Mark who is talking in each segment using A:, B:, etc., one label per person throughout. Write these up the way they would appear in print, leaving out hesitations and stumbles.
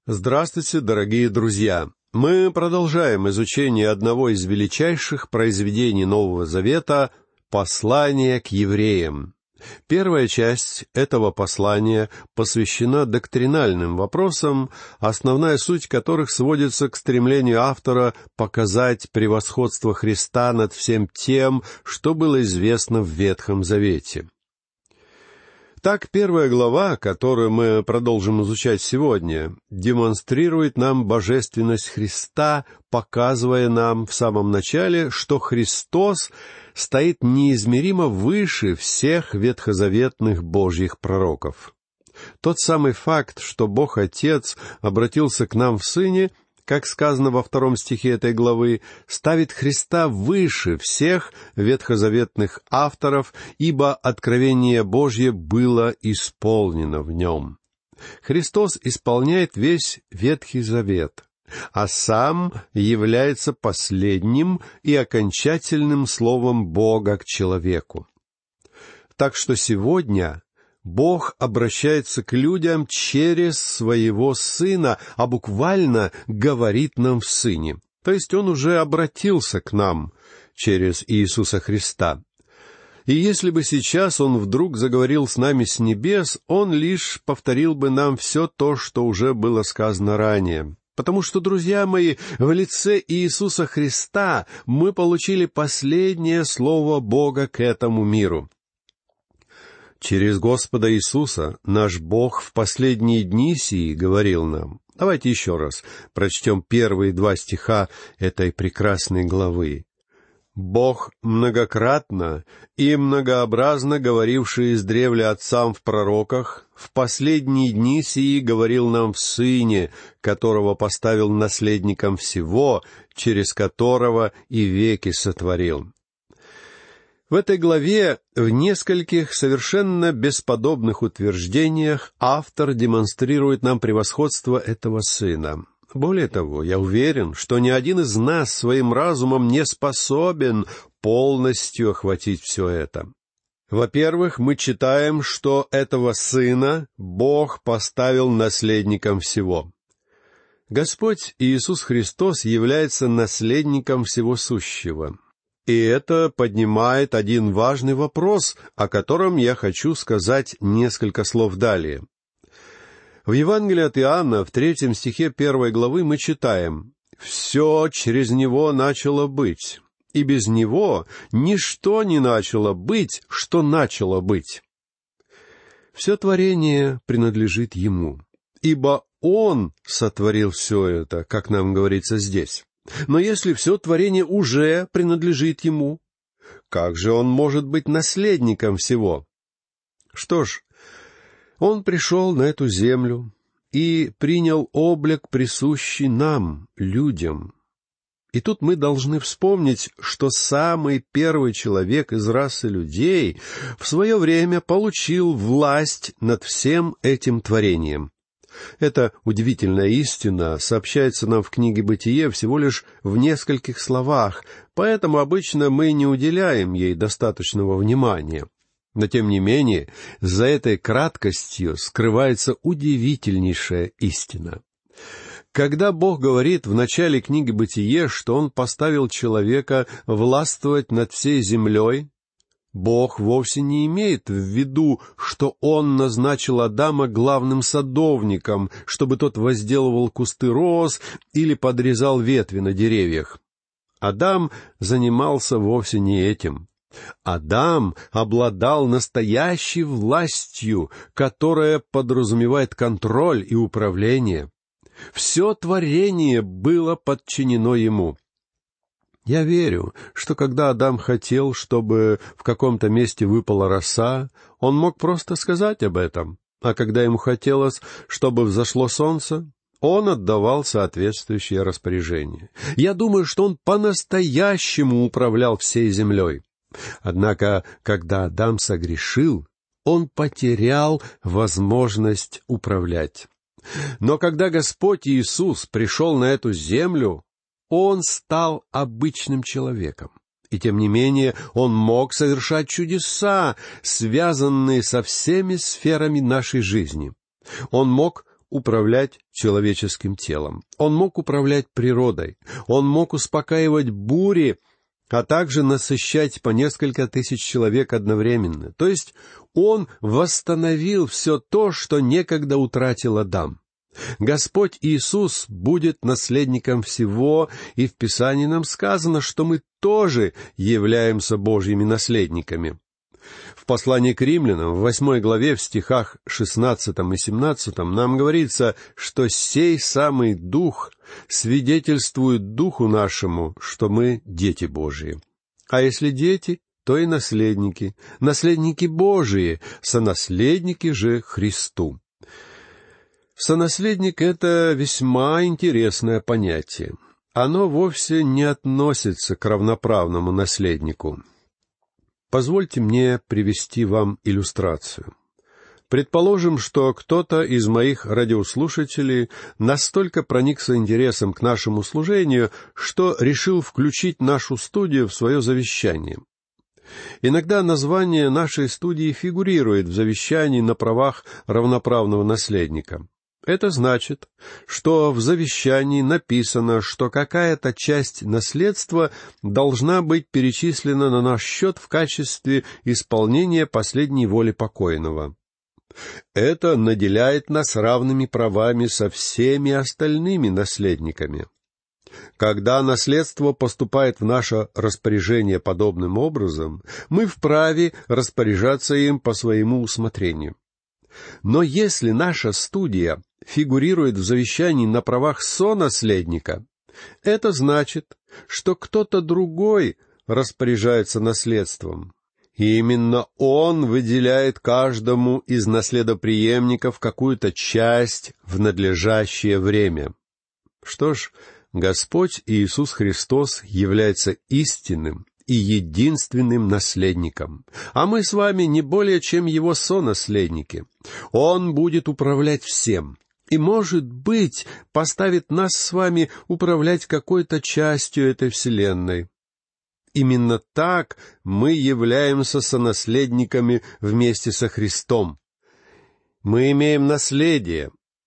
A: Здравствуйте, дорогие друзья! Мы продолжаем изучение одного из величайших произведений Нового Завета — послания к евреям. Первая часть этого послания посвящена доктринальным вопросам, основная суть которых сводится к стремлению автора показать превосходство Христа над всем тем, что было известно в Ветхом Завете. Так, первая глава, которую мы продолжим изучать сегодня, демонстрирует нам божественность Христа, показывая нам в самом начале, что Христос стоит неизмеримо выше всех ветхозаветных Божьих пророков. Тот самый факт, что Бог Отец обратился к нам в Сыне, как сказано во 2 стихе этой главы, ставит Христа выше всех ветхозаветных авторов, ибо откровение Божье было исполнено в нем. Христос исполняет весь Ветхий Завет, а сам является последним и окончательным словом Бога к человеку. Так что сегодня Бог обращается к людям через своего Сына, а буквально говорит нам в Сыне. То есть Он уже обратился к нам через Иисуса Христа. И если бы сейчас Он вдруг заговорил с нами с небес, Он лишь повторил бы нам все то, что уже было сказано ранее. Потому что, друзья мои, в лице Иисуса Христа мы получили последнее слово Бога к этому миру. Через Господа Иисуса наш Бог в последние дни сии говорил нам. Давайте еще раз прочтем первые 2 стиха этой прекрасной главы. «Бог многократно и многообразно говоривший издревле отцам в пророках, в последние дни сии говорил нам в Сыне, которого поставил наследником всего, через которого и веки сотворил». В этой главе в нескольких совершенно бесподобных утверждениях автор демонстрирует нам превосходство этого Сына. Более того, я уверен, что ни один из нас своим разумом не способен полностью охватить все это. Во-первых, мы читаем, что этого Сына Бог поставил наследником всего. Господь Иисус Христос является наследником всего сущего. И это поднимает один важный вопрос, о котором я хочу сказать несколько слов далее. В Евангелии от Иоанна, в 3 стихе 1 главы, мы читаем: «Все через Него начало быть, и без Него ничто не начало быть, что начало быть». Все творение принадлежит Ему, ибо Он сотворил все это, как нам говорится здесь. Но если все творение уже принадлежит Ему, как же Он может быть наследником всего? Что ж, Он пришел на эту землю и принял облик, присущий нам, людям. И тут мы должны вспомнить, что самый первый человек из расы людей в свое время получил власть над всем этим творением. Эта удивительная истина сообщается нам в книге «Бытие» всего лишь в нескольких словах, поэтому обычно мы не уделяем ей достаточного внимания. Но, тем не менее, за этой краткостью скрывается удивительнейшая истина. Когда Бог говорит в начале книги «Бытие», что Он поставил человека властвовать над всей землей, Бог вовсе не имеет в виду, что Он назначил Адама главным садовником, чтобы тот возделывал кусты роз или подрезал ветви на деревьях. Адам занимался вовсе не этим. Адам обладал настоящей властью, которая подразумевает контроль и управление. Все творение было подчинено ему. Я верю, что когда Адам хотел, чтобы в каком-то месте выпала роса, он мог просто сказать об этом, а когда ему хотелось, чтобы взошло солнце, он отдавал соответствующее распоряжение. Я думаю, что он по-настоящему управлял всей землей. Однако, когда Адам согрешил, он потерял возможность управлять. Но когда Господь Иисус пришел на эту землю, Он стал обычным человеком. И тем не менее Он мог совершать чудеса, связанные со всеми сферами нашей жизни. Он мог управлять человеческим телом. Он мог управлять природой. Он мог успокаивать бури, а также насыщать по несколько тысяч человек одновременно. То есть он восстановил все то, что некогда утратил Адам. Господь Иисус будет наследником всего, и в Писании нам сказано, что мы тоже являемся Божьими наследниками. В послании к Римлянам, в 8 главе, в стихах 16 и 17, нам говорится, что сей самый Дух свидетельствует Духу нашему, что мы дети Божии. А если дети, то и наследники, наследники Божии, сонаследники же Христу. Сонаследник — это весьма интересное понятие. Оно вовсе не относится к равноправному наследнику. Позвольте мне привести вам иллюстрацию. Предположим, что кто-то из моих радиослушателей настолько проникся интересом к нашему служению, что решил включить нашу студию в свое завещание. Иногда название нашей студии фигурирует в завещании на правах равноправного наследника. Это значит, что в завещании написано, что какая-то часть наследства должна быть перечислена на наш счет в качестве исполнения последней воли покойного. Это наделяет нас равными правами со всеми остальными наследниками. Когда наследство поступает в наше распоряжение подобным образом, мы вправе распоряжаться им по своему усмотрению. Но если наша студия фигурирует в завещании на правах сонаследника, это значит, что кто-то другой распоряжается наследством. И именно он выделяет каждому из наследопреемников какую-то часть в надлежащее время. Что ж, Господь Иисус Христос является истинным и единственным наследником, а мы с вами не более чем Его сонаследники. Он будет управлять всем и, может быть, поставит нас с вами управлять какой-то частью этой вселенной. Именно так мы являемся сонаследниками вместе со Христом. Мы имеем наследие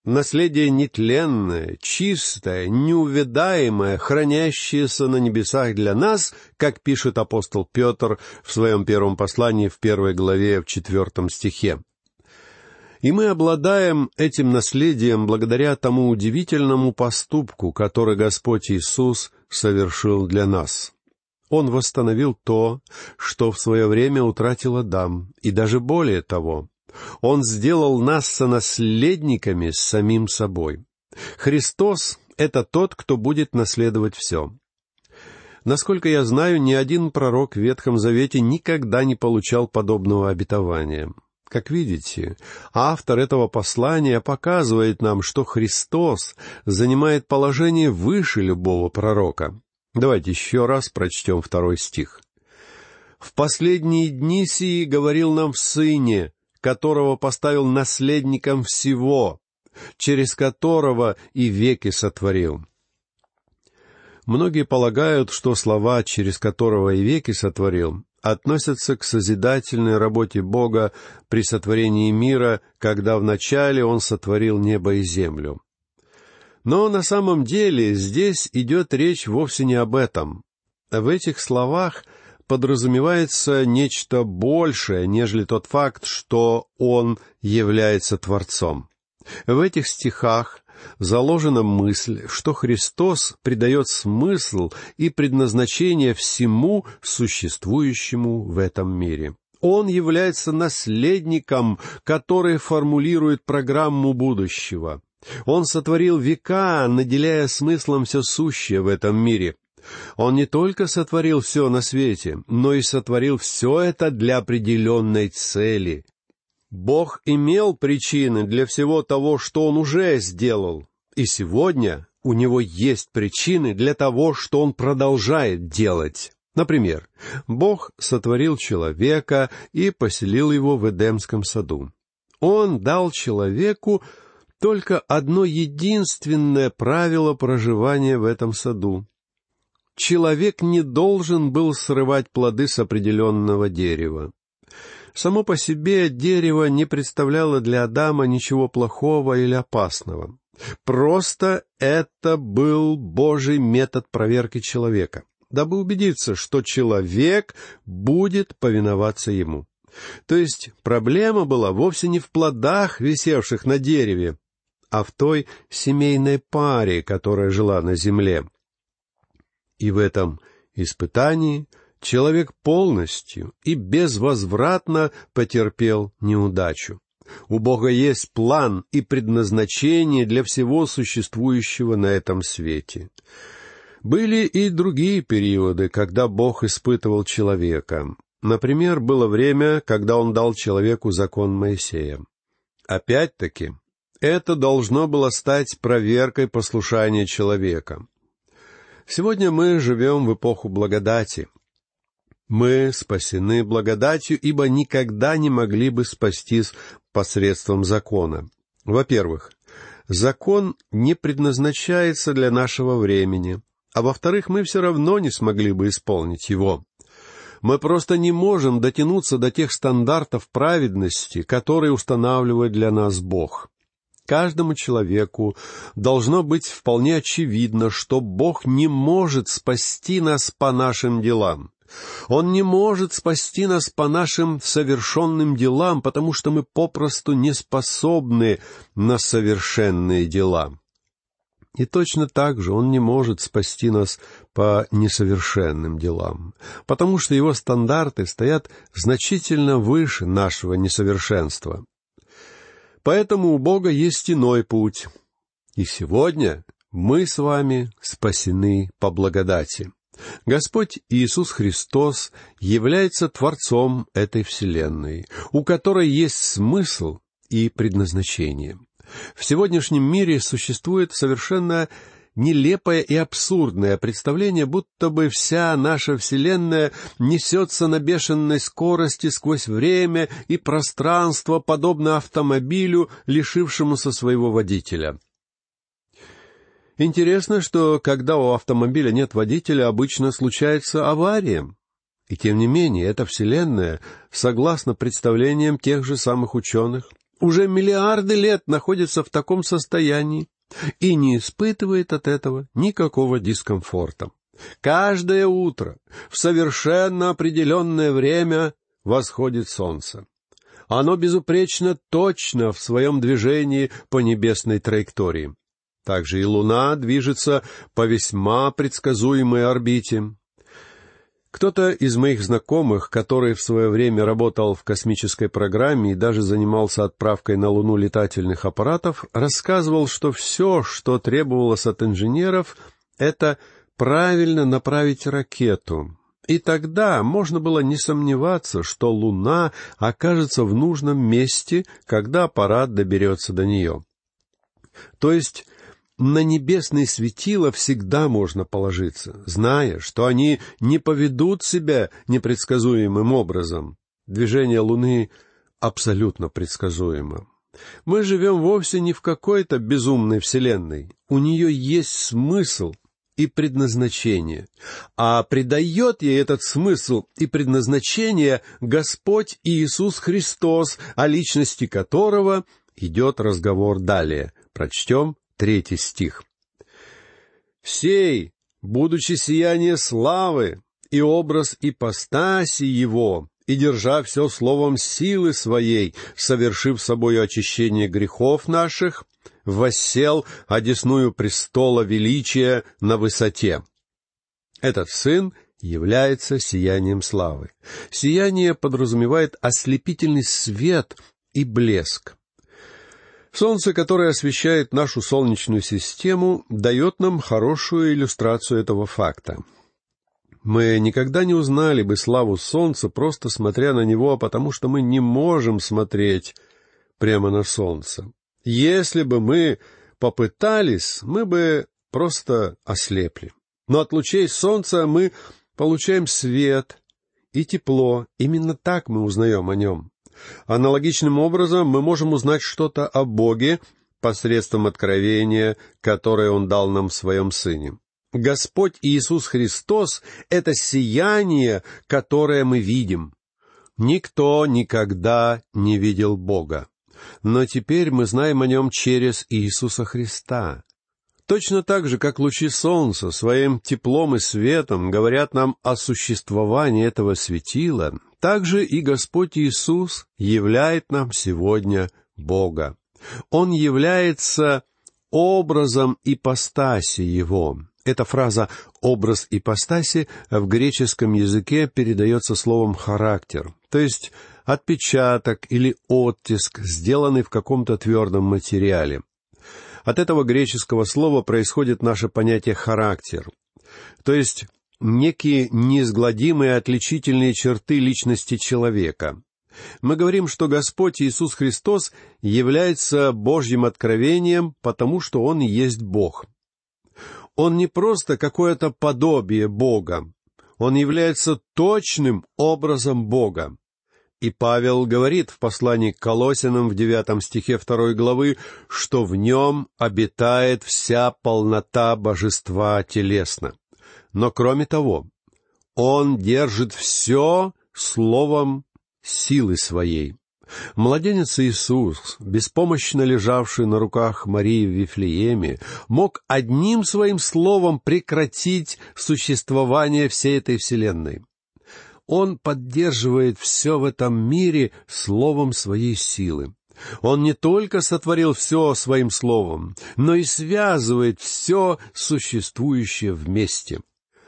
A: нетленное, чистое, неувядаемое, хранящееся на небесах для нас, как пишет апостол Петр в своем первом послании в 1 главе, в 4 стихе. И мы обладаем этим наследием благодаря тому удивительному поступку, который Господь Иисус совершил для нас. Он восстановил то, что в свое время утратил Адам, и даже более того, Он сделал нас сонаследниками с самим собой. Христос — это тот, кто будет наследовать все. Насколько я знаю, ни один пророк в Ветхом Завете никогда не получал подобного обетования. Как видите, автор этого послания показывает нам, что Христос занимает положение выше любого пророка. Давайте еще раз прочтем 2 стих. «В последние дни сии говорил нам в Сыне, которого поставил наследником всего, через которого и веки сотворил». Многие полагают, что слова «через которого и веки сотворил» относятся к созидательной работе Бога при сотворении мира, когда вначале Он сотворил небо и землю. Но на самом деле здесь идет речь вовсе не об этом. В этих словах подразумевается нечто большее, нежели тот факт, что Он является Творцом. В этих стихах заложена мысль, что Христос придает смысл и предназначение всему существующему в этом мире. Он является наследником, который формулирует программу будущего. Он сотворил века, наделяя смыслом все сущее в этом мире. Он не только сотворил все на свете, но и сотворил все это для определенной цели. Бог имел причины для всего того, что Он уже сделал, и сегодня у Него есть причины для того, что Он продолжает делать. Например, Бог сотворил человека и поселил его в Эдемском саду. Он дал человеку только одно единственное правило проживания в этом саду. Человек не должен был срывать плоды с определенного дерева. Само по себе дерево не представляло для Адама ничего плохого или опасного. Просто это был Божий метод проверки человека, дабы убедиться, что человек будет повиноваться ему. То есть проблема была вовсе не в плодах, висевших на дереве, а в той семейной паре, которая жила на земле. И в этом испытании человек полностью и безвозвратно потерпел неудачу. У Бога есть план и предназначение для всего существующего на этом свете. Были и другие периоды, когда Бог испытывал человека. Например, было время, когда Он дал человеку закон Моисея. Опять-таки, это должно было стать проверкой послушания человека. Сегодня мы живем в эпоху благодати. Мы спасены благодатью, ибо никогда не могли бы спастись посредством закона. Во-первых, закон не предназначается для нашего времени, а во-вторых, мы все равно не смогли бы исполнить его. Мы просто не можем дотянуться до тех стандартов праведности, которые устанавливает для нас Бог. Каждому человеку должно быть вполне очевидно, что Бог не может спасти нас по нашим делам. Он не может спасти нас по нашим совершенным делам, потому что мы попросту не способны на совершенные дела. И точно так же Он не может спасти нас по несовершенным делам, потому что Его стандарты стоят значительно выше нашего несовершенства. Поэтому у Бога есть иной путь. И сегодня мы с вами спасены по благодати. Господь Иисус Христос является Творцом этой вселенной, у которой есть смысл и предназначение. В сегодняшнем мире существует совершенно нелепое и абсурдное представление, будто бы вся наша вселенная несется на бешеной скорости сквозь время и пространство, подобно автомобилю, лишившемуся своего водителя. Интересно, что когда у автомобиля нет водителя, обычно случается авария. И тем не менее, эта вселенная, согласно представлениям тех же самых ученых, уже миллиарды лет находится в таком состоянии и не испытывает от этого никакого дискомфорта. Каждое утро в совершенно определенное время восходит солнце. Оно безупречно точно в своем движении по небесной траектории. Также и Луна движется по весьма предсказуемой орбите. Кто-то из моих знакомых, который в свое время работал в космической программе и даже занимался отправкой на Луну летательных аппаратов, рассказывал, что все, что требовалось от инженеров, это правильно направить ракету. И тогда можно было не сомневаться, что Луна окажется в нужном месте, когда аппарат доберется до нее. То есть на небесные светила всегда можно положиться, зная, что они не поведут себя непредсказуемым образом. Движение Луны абсолютно предсказуемо. Мы живем вовсе не в какой-то безумной вселенной. У нее есть смысл и предназначение. А придает ей этот смысл и предназначение Господь Иисус Христос, о личности которого идет разговор далее. Прочтем 3 стих. «Сей, будучи сияние славы и образ ипостаси Его, и держа все словом силы Своей, совершив собою очищение грехов наших, воссел одесную престола величия на высоте». Этот Сын является сиянием славы. Сияние подразумевает ослепительный свет и блеск. Солнце, которое освещает нашу Солнечную систему, дает нам хорошую иллюстрацию этого факта. Мы никогда не узнали бы славу Солнца, просто смотря на него, потому что мы не можем смотреть прямо на Солнце. Если бы мы попытались, мы бы просто ослепли. Но от лучей Солнца мы получаем свет и тепло. Именно так мы узнаем о нем. Аналогичным образом мы можем узнать что-то о Боге посредством откровения, которое Он дал нам в Своем Сыне. Господь Иисус Христос — это сияние, которое мы видим. Никто никогда не видел Бога, но теперь мы знаем о Нем через Иисуса Христа. Точно так же, как лучи солнца своим теплом и светом говорят нам о существовании этого светила, так же и Господь Иисус являет нам сегодня Бога. Он является образом ипостаси Его. Эта фраза «образ ипостаси» в греческом языке передается словом «характер», то есть отпечаток или оттиск, сделанный в каком-то твердом материале. От этого греческого слова происходит наше понятие «характер», то есть некие неизгладимые отличительные черты личности человека. Мы говорим, что Господь Иисус Христос является Божьим откровением, потому что Он есть Бог. Он не просто какое-то подобие Бога, Он является точным образом Бога. И Павел говорит в послании к Колоссянам в 9 стихе 2 главы, что в Нем обитает вся полнота божества телесно. Но кроме того, Он держит все словом силы Своей. Младенец Иисус, беспомощно лежавший на руках Марии в Вифлееме, мог одним своим словом прекратить существование всей этой вселенной. Он поддерживает все в этом мире словом Своей силы. Он не только сотворил все Своим словом, но и связывает все существующее вместе.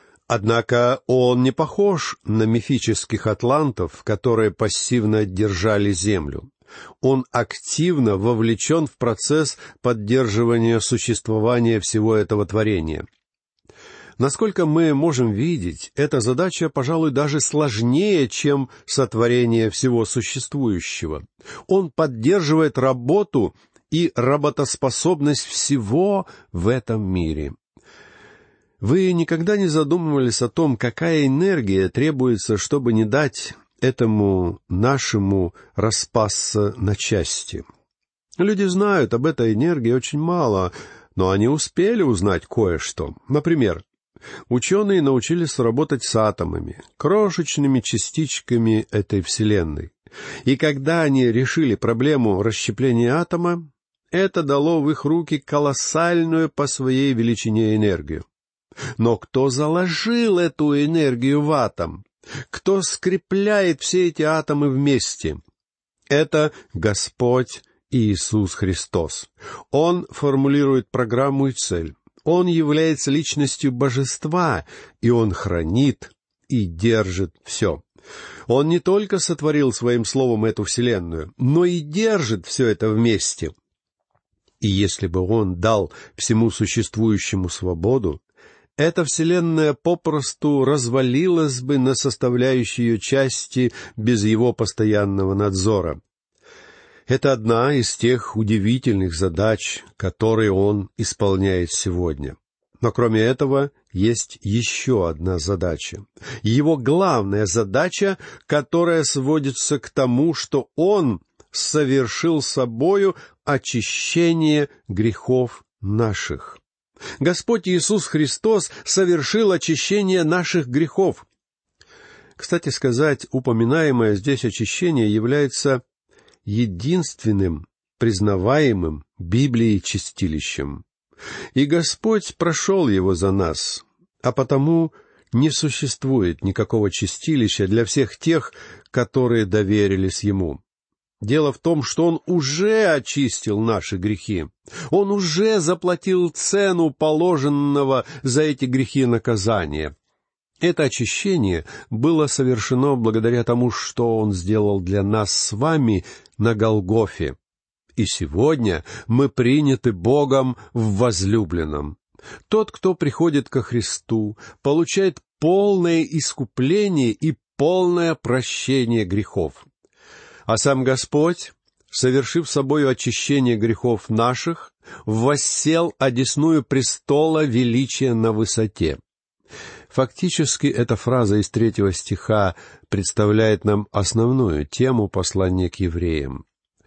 A: Однако Он не похож на мифических атлантов, которые пассивно держали землю. Он активно вовлечен в процесс поддерживания существования всего этого творения. Насколько мы можем видеть, эта задача, пожалуй, даже сложнее, чем сотворение всего существующего. Он поддерживает работу и работоспособность всего в этом мире. Вы никогда не задумывались о том, какая энергия требуется, чтобы не дать этому нашему распасться на части? Люди знают об этой энергии очень мало, но они успели узнать кое-что. Например, ученые научились работать с атомами, крошечными частичками этой Вселенной. И когда они решили проблему расщепления атома, это дало в их руки колоссальную по своей величине энергию. Но кто заложил эту энергию в атом? Кто скрепляет все эти атомы вместе? Это Господь Иисус Христос. Он формулирует программу и цель. Он является личностью божества, и Он хранит и держит все. Он не только сотворил Своим Словом эту вселенную, но и держит все это вместе. И если бы Он дал всему существующему свободу, эта вселенная попросту развалилась бы на составляющие ее части без Его постоянного надзора. Это одна из тех удивительных задач, которые Он исполняет сегодня. Но кроме этого, есть еще одна задача. Его главная задача, которая сводится к тому, что Он совершил собою очищение грехов наших. Господь Иисус Христос совершил очищение наших грехов. Кстати сказать, упоминаемое здесь очищение является единственным признаваемым Библией чистилищем. И Господь прошел его за нас, а потому не существует никакого чистилища для всех тех, которые доверились Ему. Дело в том, что Он уже очистил наши грехи. Он уже заплатил цену положенного за эти грехи наказания. Это очищение было совершено благодаря тому, что Он сделал для нас с вами на Голгофе. И сегодня мы приняты Богом в возлюбленном. Тот, кто приходит ко Христу, получает полное искупление и полное прощение грехов. А сам Господь, совершив собою очищение грехов наших, воссел одесную престола величия на высоте. Фактически, эта фраза из 3 стиха представляет нам основную тему послания к евреям.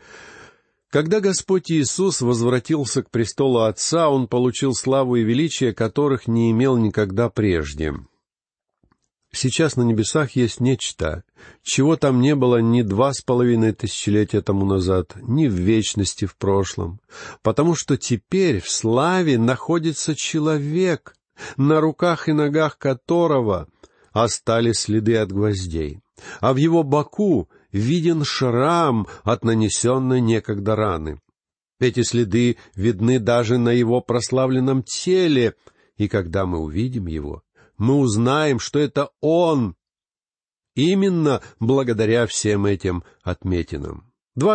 A: Когда Господь Иисус возвратился к престолу Отца, Он получил славу и величие, которых не имел никогда прежде. Сейчас на небесах есть нечто, чего там не было ни 2500 тому назад, ни в вечности в прошлом, потому что теперь в славе находится человек, на руках и ногах которого остались следы от гвоздей, а в его боку виден шрам от нанесенной некогда раны. Эти следы видны даже на его прославленном теле, и когда мы увидим его, мы узнаем, что это он, именно благодаря всем этим отметинам.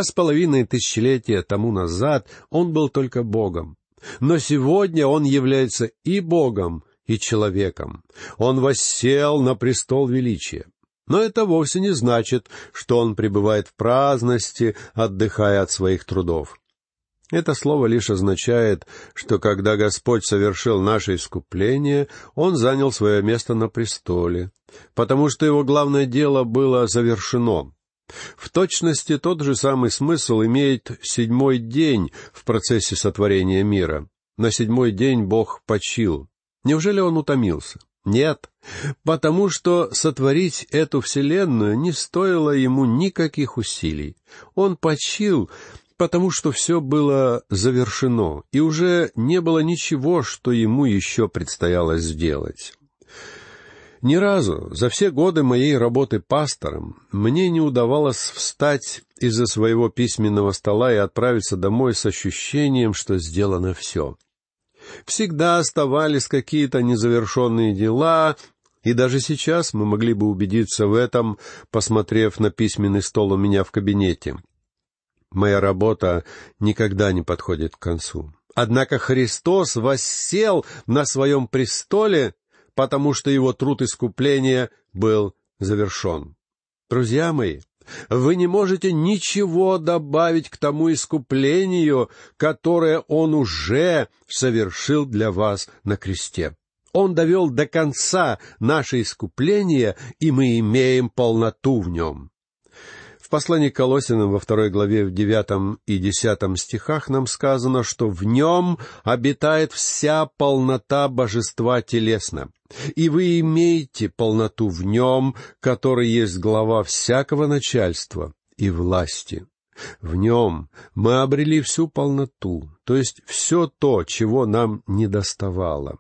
A: 2500 тому назад он был только Богом, но сегодня он является и Богом, и человеком. Он воссел на престол величия. Но это вовсе не значит, что он пребывает в праздности, отдыхая от своих трудов. Это слово лишь означает, что когда Господь совершил наше искупление, Он занял свое место на престоле, потому что Его главное дело было завершено. В точности тот же самый смысл имеет 7-й день в процессе сотворения мира. На 7-й день Бог почил. Неужели Он утомился? Нет, потому что сотворить эту вселенную не стоило Ему никаких усилий. Он почил, потому что все было завершено, и уже не было ничего, что ему еще предстояло сделать. Ни разу за все годы моей работы пастором мне не удавалось встать из-за своего письменного стола и отправиться домой с ощущением, что сделано все. Всегда оставались какие-то незавершенные дела, и даже сейчас мы могли бы убедиться в этом, посмотрев на письменный стол у меня в кабинете. Моя работа никогда не подходит к концу. Однако Христос воссел на своем престоле, потому что его труд искупления был завершен. Друзья мои, вы не можете ничего добавить к тому искуплению, которое Он уже совершил для вас на кресте. Он довел до конца наше искупление, и мы имеем полноту в нем. В послании к Колоссянам во 2 главе в 9 и 10 стихах нам сказано, что в нем обитает вся полнота божества телесно, и вы имеете полноту в нем, который есть глава всякого начальства и власти. В нем мы обрели всю полноту, то есть все то, чего нам недоставало.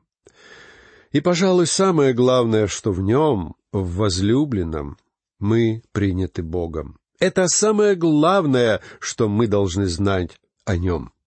A: И, пожалуй, самое главное, что в нем, в возлюбленном, мы приняты Богом. Это самое главное, что мы должны знать о нем.